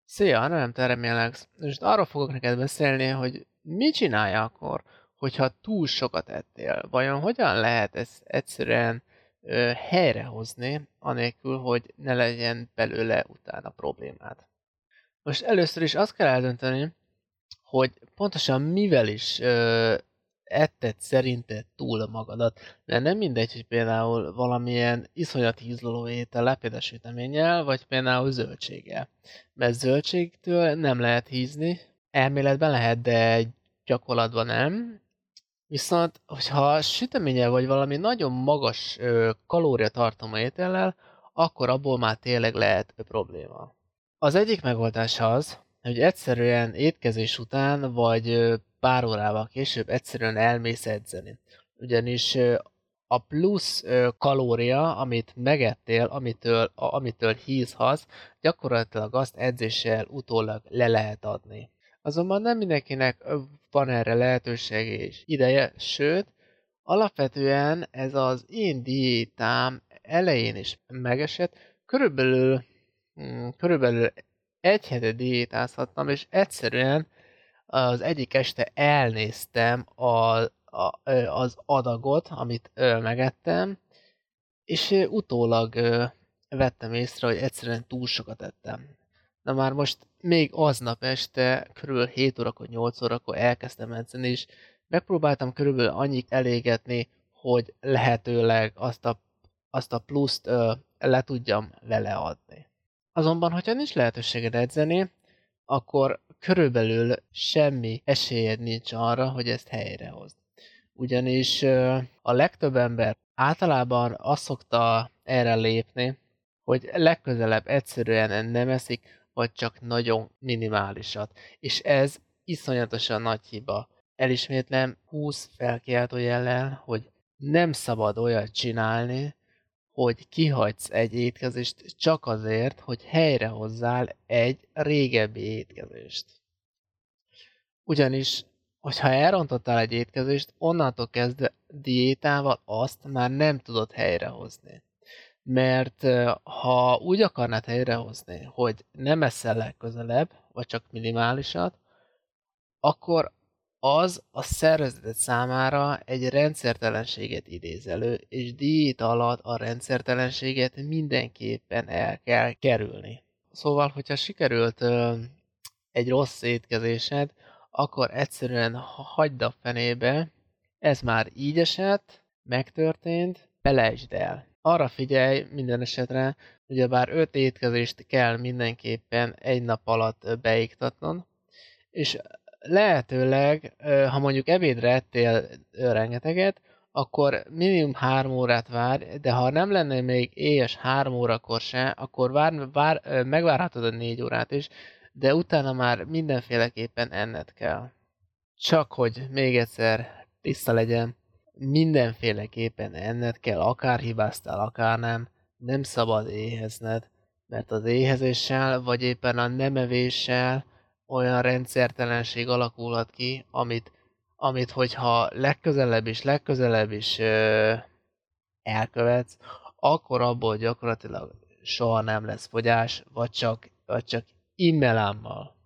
Szia, nem te reméleksz. Most arról fogok neked beszélni, hogy mit csinálj akkor, hogyha túl sokat ettél. Vajon hogyan lehet ezt egyszerűen helyrehozni, anélkül, hogy ne legyen belőle utána problémád. Most először is azt kell eldönteni, hogy pontosan mivel is etted szerinted túl magadat. Mert nem mindegy, hogy például valamilyen iszonyat hízló étel, például süteménnyel, vagy például zöldséggel. Mert zöldségtől nem lehet hízni, elméletben lehet, de gyakorlatban nem. Viszont, hogyha süteménnyel vagy valami nagyon magas kalóriatartalmú étellel, akkor abból már tényleg lehet probléma. Az egyik megoldás az, hogy egyszerűen étkezés után, vagy pár órával később egyszerűen elmész edzeni. Ugyanis a plusz kalória, amit megettél, amitől hízhatsz, gyakorlatilag azt edzéssel utólag le lehet adni. Azonban nem mindenkinek van erre lehetősége és ideje, sőt, alapvetően ez az én diétám elején is megesett, körülbelül egy hete diétázhattam, és egyszerűen az egyik este elnéztem az adagot, amit megettem, és utólag vettem észre, hogy egyszerűen túl sokat ettem. Na már most még aznap este, körülbelül 7 órakor, 8 órakor elkezdtem edzeni, és megpróbáltam körülbelül annyit elégetni, hogy lehetőleg azt a pluszt le tudjam vele adni. Azonban, hogyha nincs lehetőséged edzeni, akkor körülbelül semmi esélyed nincs arra, hogy ezt helyrehozd. Ugyanis a legtöbb ember általában azt szokta erre lépni, hogy legközelebb egyszerűen nem eszik, vagy csak nagyon minimálisat. És ez iszonyatosan nagy hiba. Elismétlem 20 felkiáltójellel, hogy nem szabad olyat csinálni, hogy kihagysz egy étkezést csak azért, hogy helyrehozzál egy régebbi étkezést. Ugyanis, hogyha elrontottál egy étkezést, onnantól kezdve diétával azt már nem tudod helyrehozni. Mert ha úgy akarnád helyrehozni, hogy nem eszel legközelebb, vagy csak minimálisat, akkor az a szervezeted számára egy rendszertelenséget idéz elő, és diéta alatt a rendszertelenséget mindenképpen el kell kerülni. Szóval, hogyha sikerült egy rossz étkezésed, akkor egyszerűen hagyd a fenébe, ez már így esett, megtörtént, felejtsd el. Arra figyelj minden esetre, ugyebár 5 étkezést kell mindenképpen egy nap alatt beiktatnod, és lehetőleg, ha mondjuk ebédre ettél rengeteget, akkor minimum 3 órát várj, de ha nem lenne még éhes 3 órakor se, akkor megvárhatod a 4 órát is, de utána már mindenféleképpen enned kell. Csak hogy még egyszer tiszta legyen, mindenféleképpen enned kell, akár hibáztál, akár nem, nem szabad éhezned, mert az éhezéssel, vagy éppen a nem evéssel olyan rendszertelenség alakulhat ki, amit hogyha legközelebb is elkövetsz, akkor abból gyakorlatilag soha nem lesz fogyás, vagy csak immelámmal.